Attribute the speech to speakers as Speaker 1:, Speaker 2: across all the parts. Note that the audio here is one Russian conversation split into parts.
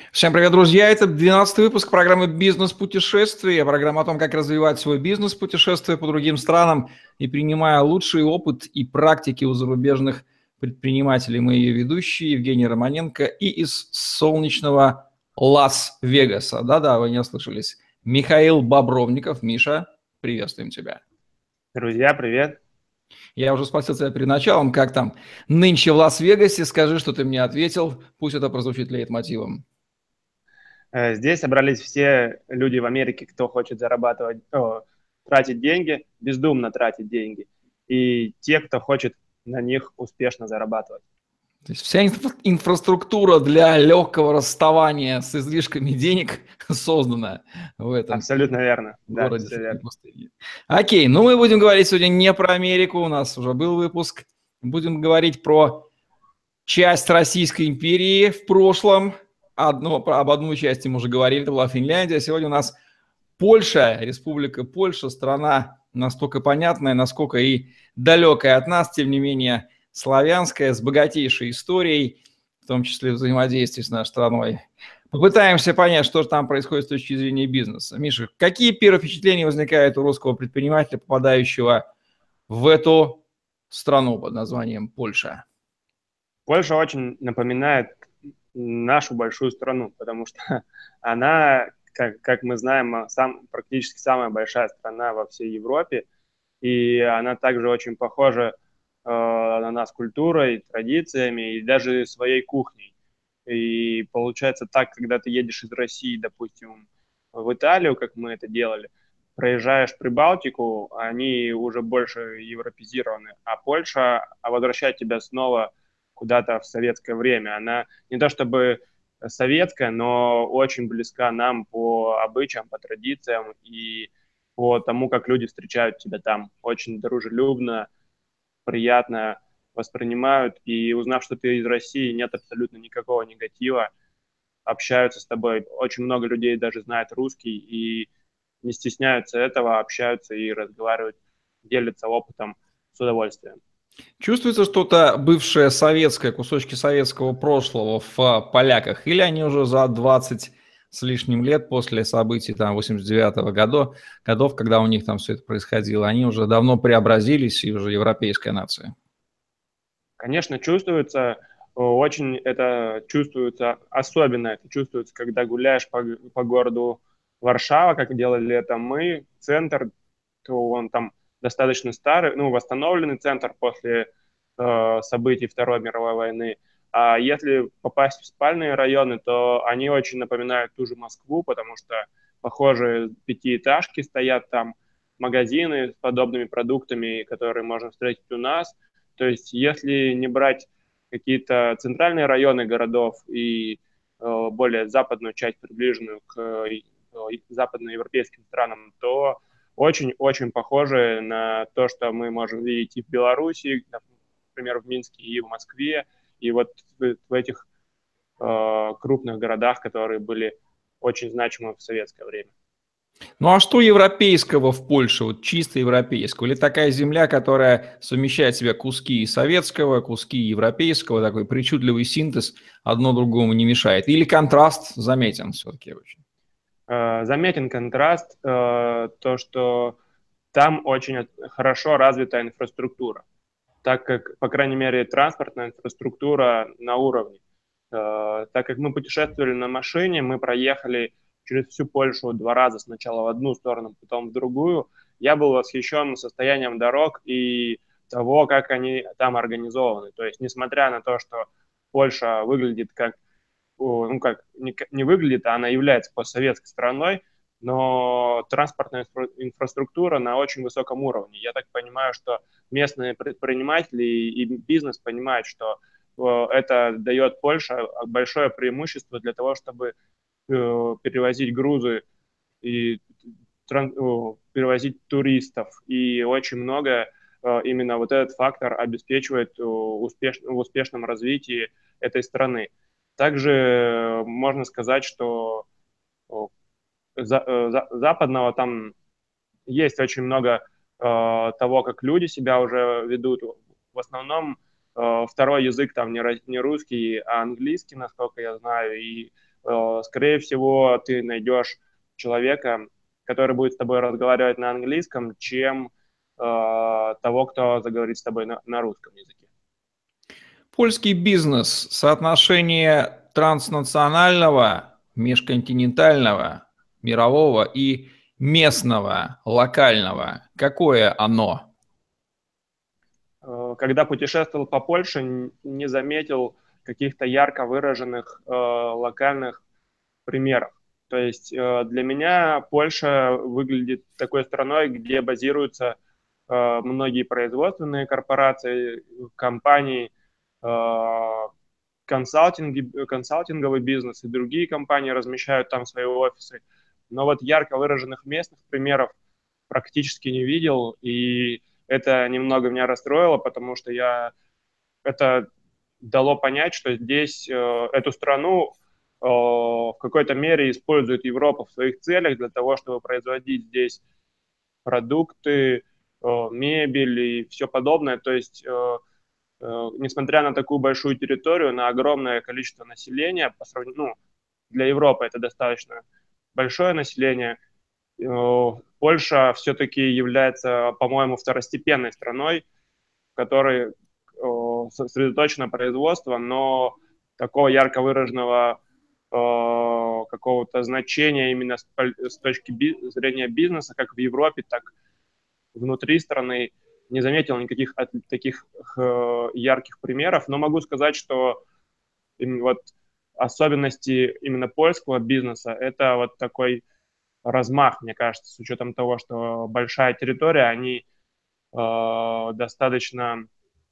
Speaker 1: Всем привет, друзья! Это 12-й выпуск программы «Бизнес-путешествия». Программа о том, как развивать свой бизнес, путешествуя по другим странам и принимая лучший опыт и практики у зарубежных предпринимателей. Мы ее ведущие, Евгений Романенко, и из солнечного Лас-Вегаса. Да-да, вы не ослышались. Михаил Бобровников. Миша, приветствуем тебя.
Speaker 2: Друзья, привет.
Speaker 1: Я уже спросил тебя перед началом, как там нынче в Лас-Вегасе. Скажи, что ты мне ответил. Пусть это прозвучит лейтмотивом.
Speaker 2: Здесь собрались все люди в Америке, кто хочет зарабатывать, тратить деньги, бездумно тратить деньги, и те, кто хочет на них успешно зарабатывать.
Speaker 1: То есть вся инфраструктура для легкого расставания с излишками денег создана в этом
Speaker 2: Абсолютно верно. Да,
Speaker 1: городе
Speaker 2: все
Speaker 1: среди
Speaker 2: верно.
Speaker 1: пустыни. Окей, ну мы будем говорить сегодня не про Америку, у нас уже был выпуск. Будем говорить про часть Российской империи в прошлом. Об одной части мы уже говорили, это была Финляндия. Сегодня у нас Польша, Республика Польша, страна настолько понятная, насколько и далекая от нас, тем не менее славянская, с богатейшей историей, в том числе взаимодействие с нашей страной. Попытаемся понять, что же там происходит с точки зрения бизнеса. Миша, какие первые впечатления возникают у русского предпринимателя, попадающего в эту страну под названием Польша?
Speaker 2: Польша очень напоминает нашу большую страну, потому что она, как мы знаем, практически самая большая страна во всей Европе, и она также очень похожа на нас культурой, традициями и даже своей кухней. И получается так, когда ты едешь из России, допустим, в Италию, как мы это делали, проезжаешь Прибалтику, они уже больше европезированы, а Польша возвращает тебя снова куда-то в советское время. Она не то чтобы советская, но очень близка нам по обычаям, по традициям и по тому, как люди встречают тебя там. Очень дружелюбно, приятно воспринимают, и узнав, что ты из России, нет абсолютно никакого негатива, общаются с тобой. Очень много людей даже знает русский и не стесняются этого, общаются и разговаривают, делятся опытом с удовольствием.
Speaker 1: Чувствуется что-то бывшее советское, кусочки советского прошлого в поляках? Или они уже за 20 с лишним лет после событий там 89-го годов, когда у них там все это происходило, они уже давно преобразились и уже европейская нация?
Speaker 2: Конечно, чувствуется, очень это чувствуется, особенно это чувствуется, когда гуляешь по городу Варшава, как делали это мы, центр, то он там достаточно старый, ну, восстановленный центр после событий Второй мировой войны. А если попасть в спальные районы, то они очень напоминают ту же Москву, потому что похожие пятиэтажки стоят там, магазины с подобными продуктами, которые можно встретить у нас. То есть если не брать какие-то центральные районы городов и более западную часть, приближенную к западноевропейским странам, то очень-очень похоже на то, что мы можем видеть и в Беларуси, например, в Минске и в Москве, и вот в этих крупных городах, которые были очень значимы в советское время.
Speaker 1: Ну а что европейского в Польше, вот чисто европейского? Или такая земля, которая совмещает в себе куски советского, куски европейского, такой причудливый синтез, одно другому не мешает? Или контраст заметен все-таки очень?
Speaker 2: Заметен контраст, то, что там очень хорошо развита инфраструктура, так как, по крайней мере, транспортная инфраструктура на уровне. Так как мы путешествовали на машине, мы проехали через всю Польшу 2 раза, сначала в одну сторону, потом в другую. Я был восхищен состоянием дорог и того, как они там организованы. То есть, несмотря на то, что Польша выглядит как, ну, как не выглядит, а она является постсоветской страной, но транспортная инфраструктура на очень высоком уровне. Я так понимаю, что местные предприниматели и бизнес понимают, что это дает Польше большое преимущество для того, чтобы перевозить грузы и перевозить туристов. И очень много именно вот этот фактор обеспечивает в успешном развитии этой страны. Также можно сказать, что западного там есть очень много того, как люди себя уже ведут. В основном второй язык там не русский, а английский, насколько я знаю. И скорее всего, ты найдешь человека, который будет с тобой разговаривать на английском, чем того, кто заговорит с тобой на русском языке.
Speaker 1: Польский бизнес, соотношение транснационального, межконтинентального, мирового и местного, локального, какое оно?
Speaker 2: Когда путешествовал по Польше, не заметил каких-то ярко выраженных локальных примеров. То есть для меня Польша выглядит такой страной, где базируются многие производственные корпорации, компании, консалтинговый бизнес и другие компании размещают там свои офисы. Но вот ярко выраженных местных примеров практически не видел, и это немного меня расстроило, потому что это дало понять, что здесь эту страну в какой-то мере использует Европа в своих целях для того, чтобы производить здесь продукты, мебель и все подобное. То есть, несмотря на такую большую территорию, на огромное количество населения, по сравнению, ну, для Европы это достаточно большое население, Польша все-таки является, по-моему, второстепенной страной, в которой сосредоточено производство, но такого ярко выраженного какого-то значения именно с точки зрения бизнеса, как в Европе, так и внутри страны, не заметил никаких таких ярких примеров, но могу сказать, что вот особенности именно польского бизнеса – это вот такой размах, мне кажется, с учетом того, что большая территория, они достаточно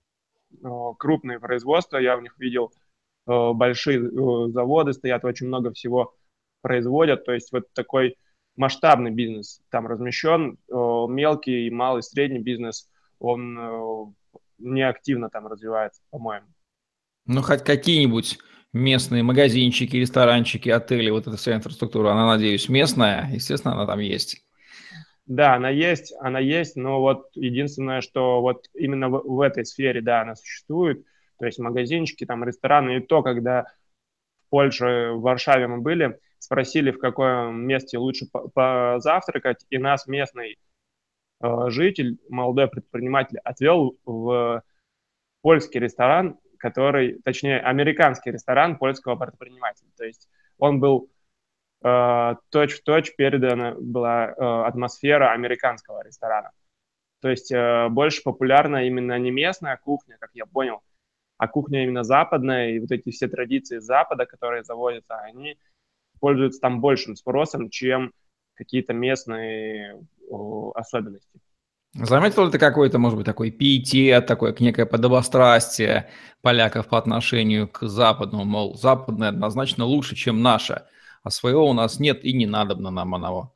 Speaker 2: крупные производства, я в них видел большие заводы стоят, очень много всего производят, то есть вот такой масштабный бизнес там размещен, мелкий, малый, средний бизнес, он не активно там развивается, по-моему.
Speaker 1: Ну, хоть какие-нибудь местные магазинчики, ресторанчики, отели, вот эта вся инфраструктура, она, надеюсь, местная, естественно, она там есть.
Speaker 2: Да, она есть, но вот единственное, что вот именно в этой сфере, да, она существует, то есть магазинчики, там, рестораны, и то, когда в Польше, в Варшаве мы были, спросили, в каком месте лучше позавтракать, и нас местный житель, молодой предприниматель, отвел в польский ресторан, точнее, американский ресторан польского предпринимателя. То есть он был точь-в-точь передана была атмосфера американского ресторана. То есть больше популярна именно не местная кухня, как я понял, а кухня именно западная, и вот эти все традиции Запада, которые заводятся, они пользуются там большим спросом, чем какие-то местные особенности.
Speaker 1: Заметил ли ты какой-то, может быть, такой пиетет, такое некое подобострастие поляков по отношению к западному, мол, западное однозначно лучше, чем наше, а своего у нас нет и не надобно нам оного.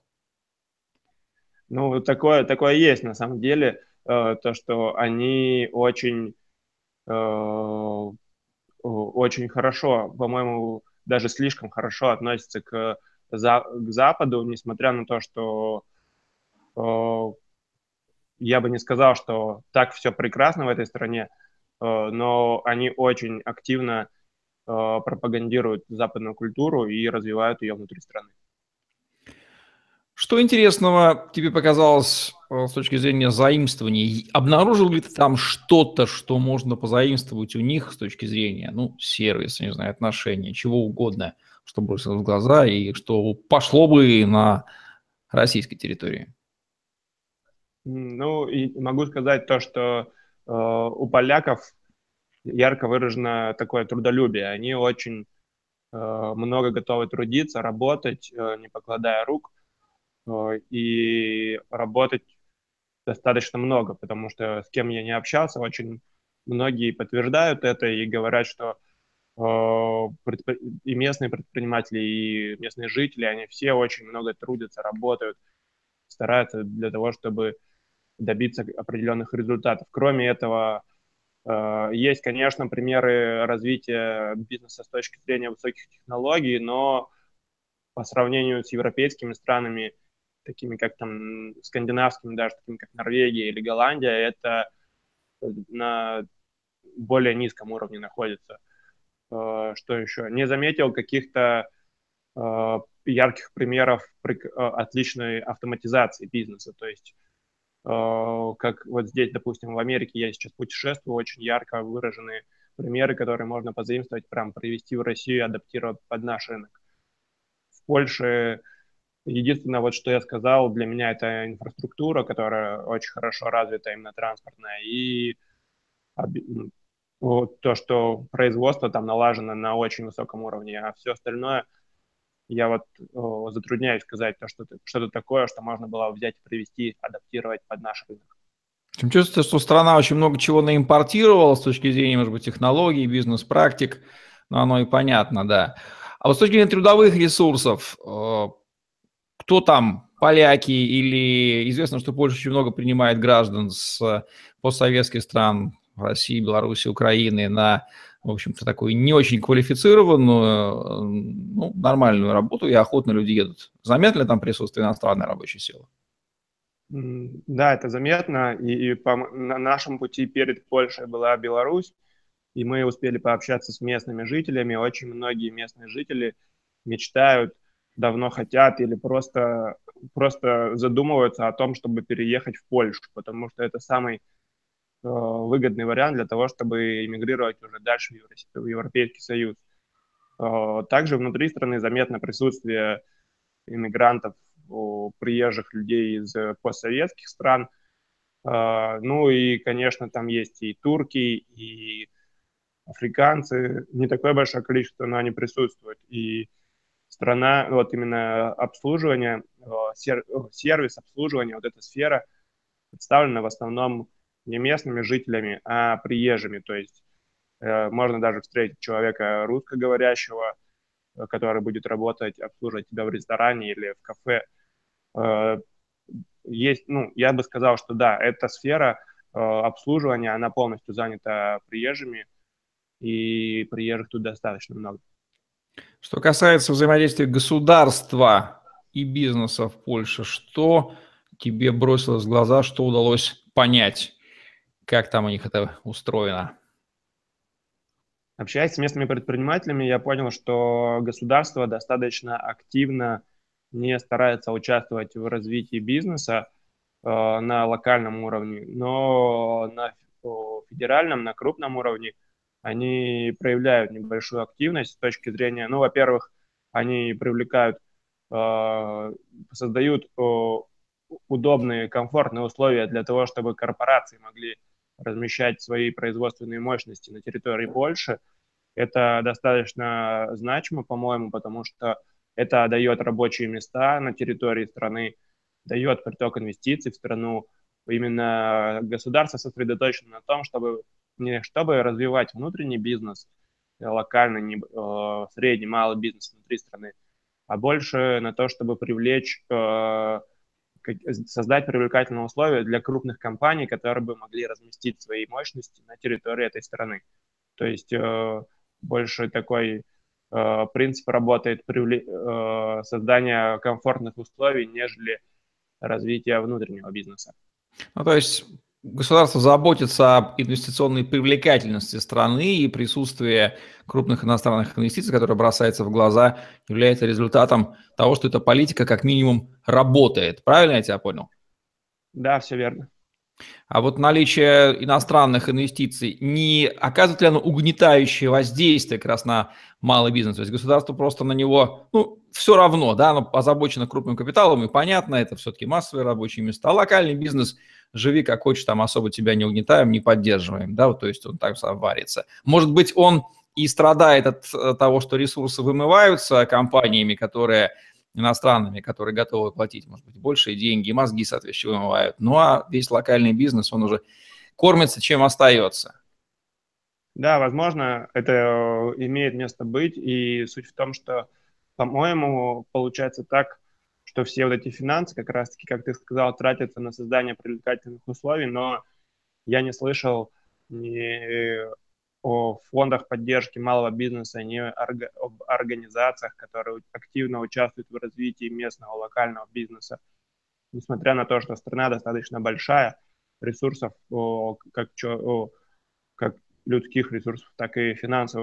Speaker 2: Ну, вот такое есть на самом деле, то, что они очень хорошо, по-моему, даже слишком хорошо относятся к Западу, несмотря на то, что э, я бы не сказал, что так все прекрасно в этой стране, но они очень активно пропагандируют западную культуру и развивают ее внутри страны.
Speaker 1: Что интересного тебе показалось с точки зрения заимствований? Обнаружил ли ты там что-то, что можно позаимствовать у них с точки зрения, ну, сервиса, не знаю, отношений, чего угодно, что бросилось в глаза и что пошло бы на российской территории?
Speaker 2: Ну, и могу сказать то, что у поляков ярко выражено такое трудолюбие. Они очень много готовы трудиться, работать, не покладая рук, и работать достаточно много, потому что с кем я не общался, очень многие подтверждают это и говорят, что и местные предприниматели, и местные жители, они все очень много трудятся, работают, стараются для того, чтобы добиться определенных результатов. Кроме этого, есть, конечно, примеры развития бизнеса с точки зрения высоких технологий, но по сравнению с европейскими странами, такими как там скандинавскими, даже такими как Норвегия или Голландия, это на более низком уровне находится. Что еще? Не заметил каких-то ярких примеров отличной автоматизации бизнеса. То есть, как вот здесь, допустим, в Америке я сейчас путешествую, очень ярко выраженные примеры, которые можно позаимствовать, прям привести в Россию и адаптировать под наш рынок. В Польше единственное, вот что я сказал, для меня это инфраструктура, которая очень хорошо развита, именно транспортная, и вот то, что производство там налажено на очень высоком уровне, а все остальное я вот затрудняюсь сказать то, что что-то такое, что можно было взять, привести, адаптировать под наш рынок.
Speaker 1: Чувствуется, что страна очень много чего наимпортировала с точки зрения, может быть, технологий, бизнес-практик, но оно и понятно, да. А вот с точки зрения трудовых ресурсов, кто там, поляки или известно, что Польша очень много принимает граждан с постсоветских стран, России, Беларуси, Украины на, в общем-то, такую не очень квалифицированную, ну, нормальную работу, и охотно люди едут. Заметно ли там присутствие иностранной рабочей силы?
Speaker 2: Да, это заметно, и на нашем пути перед Польшей была Беларусь, и мы успели пообщаться с местными жителями. Очень многие местные жители мечтают, давно хотят или просто задумываются о том, чтобы переехать в Польшу, потому что это самый выгодный вариант для того, чтобы эмигрировать уже дальше в Европейский Союз. Также внутри страны заметно присутствие иммигрантов, приезжих людей из постсоветских стран. Ну и, конечно, там есть и турки, и африканцы. Не такое большое количество, но они присутствуют. И страна, вот именно обслуживание, сервис обслуживания, вот эта сфера представлена в основном не местными жителями, а приезжими. То есть можно даже встретить человека русскоговорящего, который будет работать, обслуживать тебя в ресторане или в кафе. Э, Есть, ну, я бы сказал, что да, эта сфера обслуживания, она полностью занята приезжими, и приезжих тут достаточно много.
Speaker 1: Что касается взаимодействия государства и бизнеса в Польше, что тебе бросилось в глаза, что удалось понять, как там у них это устроено?
Speaker 2: Общаясь с местными предпринимателями, я понял, что государство достаточно активно не старается участвовать в развитии бизнеса на локальном уровне, но на федеральном, на крупном уровне они проявляют небольшую активность с точки зрения, ну, во-первых, они привлекают, создают удобные, комфортные условия для того, чтобы корпорации могли размещать свои производственные мощности на территории Польши. Это достаточно значимо, по-моему, потому что это дает рабочие места на территории страны, дает приток инвестиций в страну. Именно государство сосредоточено на том, чтобы не чтобы развивать внутренний бизнес, локальный, средний, малый бизнес внутри страны, а больше на то, чтобы привлечь, создать привлекательные условия для крупных компаний, которые бы могли разместить свои мощности на территории этой страны. То есть больше такой принцип работает создания комфортных условий, нежели развития внутреннего бизнеса.
Speaker 1: Ну, то есть государство заботится об инвестиционной привлекательности страны, и присутствие крупных иностранных инвестиций, которые бросаются в глаза, является результатом того, что эта политика как минимум работает. Правильно я тебя понял?
Speaker 2: Да, все верно.
Speaker 1: А вот наличие иностранных инвестиций не оказывает ли оно угнетающее воздействие как раз на малый бизнес? То есть государство просто на него, ну, все равно, да, оно озабочено крупным капиталом, и понятно, это все-таки массовые рабочие места. А локальный бизнес, живи как хочешь, там особо тебя не угнетаем, не поддерживаем, да, вот, то есть он так сам варится. Может быть, он и страдает от того, что ресурсы вымываются компаниями, которые иностранными, которые готовы платить, может быть, большие деньги, и мозги, соответственно, вымывают. Ну, а весь локальный бизнес, он уже кормится, чем остается.
Speaker 2: Да, возможно, это имеет место быть, и суть в том, что, по-моему, получается так, что все вот эти финансы, как раз-таки, как ты сказал, тратятся на создание привлекательных условий, но я не слышал ни о фондах поддержки малого бизнеса, ни об организациях, которые активно участвуют в развитии местного локального бизнеса. Несмотря на то, что страна достаточно большая, ресурсов, как людских ресурсов, так и финансовых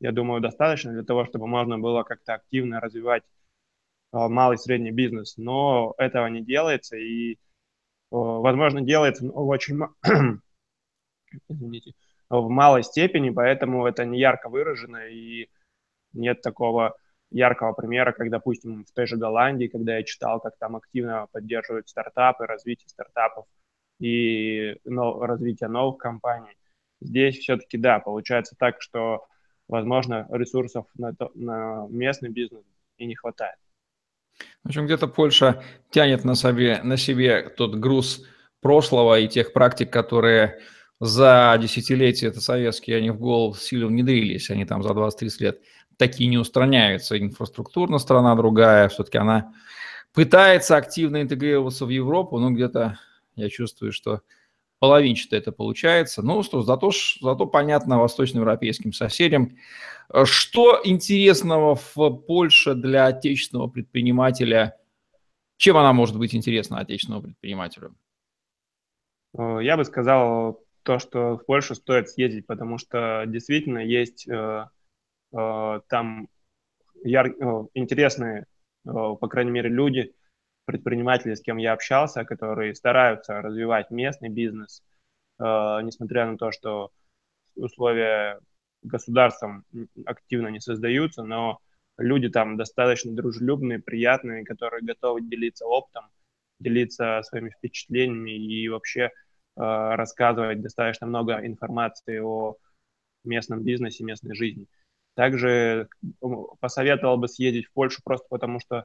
Speaker 2: я думаю, достаточно для того, чтобы можно было как-то активно развивать малый и средний бизнес. Но этого не делается, и, возможно, делается в очень, извините, в малой степени, поэтому это не ярко выражено, и нет такого яркого примера, как, допустим, в той же Голландии, когда я читал, как там активно поддерживают стартапы, развитие стартапов и развитие новых компаний. Здесь все-таки, да, получается так, что, возможно, ресурсов на местный бизнес и не хватает.
Speaker 1: В общем, где-то Польша тянет на себе тот груз прошлого и тех практик, которые за десятилетия это советские, они в голову сильно внедрились, они там за 20-30 лет такие не устраняются. Инфраструктурно страна другая, все-таки она пытается активно интегрироваться в Европу, но где-то я чувствую, что половинчато это получается. Ну что, зато понятно восточноевропейским соседям. Что интересного в Польше для отечественного предпринимателя? Чем она может быть интересна отечественному предпринимателю?
Speaker 2: Я бы сказал то, что в Польшу стоит съездить, потому что действительно есть там интересные, по крайней мере, люди, предприниматели, с кем я общался, которые стараются развивать местный бизнес, несмотря на то, что условия государством активно не создаются, но люди там достаточно дружелюбные, приятные, которые готовы делиться опытом, делиться своими впечатлениями и вообще рассказывать достаточно много информации о местном бизнесе, местной жизни. Также посоветовал бы съездить в Польшу просто потому, что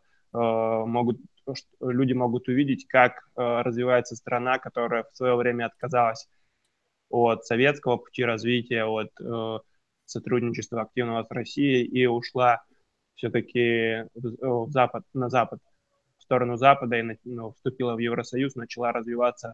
Speaker 2: люди могут увидеть, как развивается страна, которая в свое время отказалась от советского пути развития, от сотрудничества активного с Россией и ушла все-таки на запад, в сторону Запада и вступила в Евросоюз, начала развиваться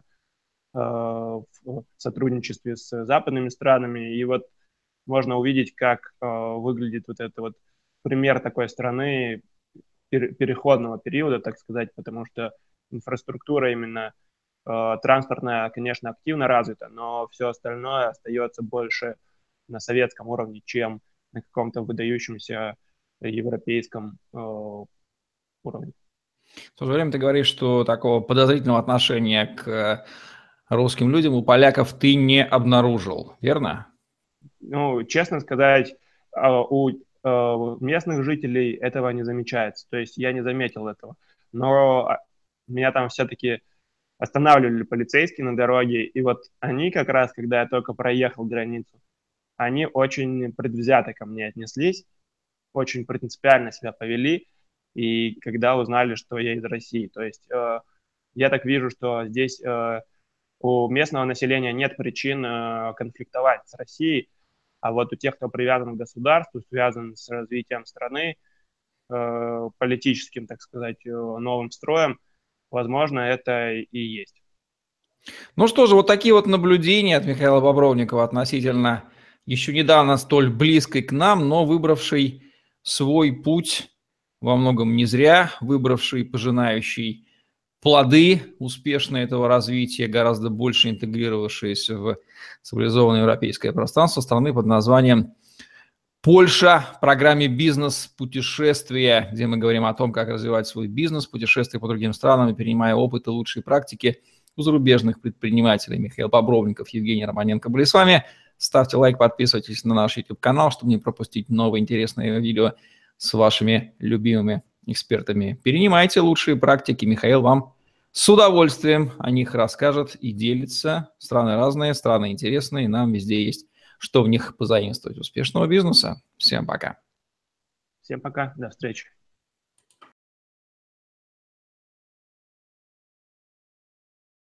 Speaker 2: в сотрудничестве с западными странами. И вот можно увидеть, как выглядит вот это вот пример такой страны переходного периода, так сказать, потому что инфраструктура именно транспортная, конечно, активно развита, но все остальное остается больше на советском уровне, чем на каком-то выдающемся европейском уровне.
Speaker 1: В то же время ты говоришь, что такого подозрительного отношения к русским людям у поляков ты не обнаружил, верно?
Speaker 2: Ну, честно сказать, у местных жителей этого не замечается. То есть я не заметил этого. Но меня там все-таки останавливали полицейские на дороге, и вот они как раз, когда я только проехал границу, они очень предвзято ко мне отнеслись, очень принципиально себя повели, и когда узнали, что я из России. То есть я так вижу, что здесь у местного населения нет причин конфликтовать с Россией, а вот у тех, кто привязан к государству, связан с развитием страны, политическим, так сказать, новым строем, возможно, это и есть.
Speaker 1: Ну что же, вот такие вот наблюдения от Михаила Бобровникова относительно еще недавно столь близкой к нам, но выбравший свой путь во многом не зря, выбравший, пожинающий плоды успешно этого развития, гораздо больше интегрировавшиеся в цивилизованное европейское пространство страны под названием Польша, в программе «Бизнес-путешествия», где мы говорим о том, как развивать свой бизнес, путешествия по другим странам и перенимая опыт и лучшие практики у зарубежных предпринимателей. Михаил Бобровников, Евгений Романенко были с вами. Ставьте лайк, подписывайтесь на наш YouTube-канал, чтобы не пропустить новые интересные видео с вашими любимыми экспертами. Перенимайте лучшие практики. Михаил вам с удовольствием о них расскажет и делится. Страны разные, страны интересные, нам везде есть что в них позаимствовать. Успешного бизнеса. Всем пока.
Speaker 2: Всем пока, до встречи.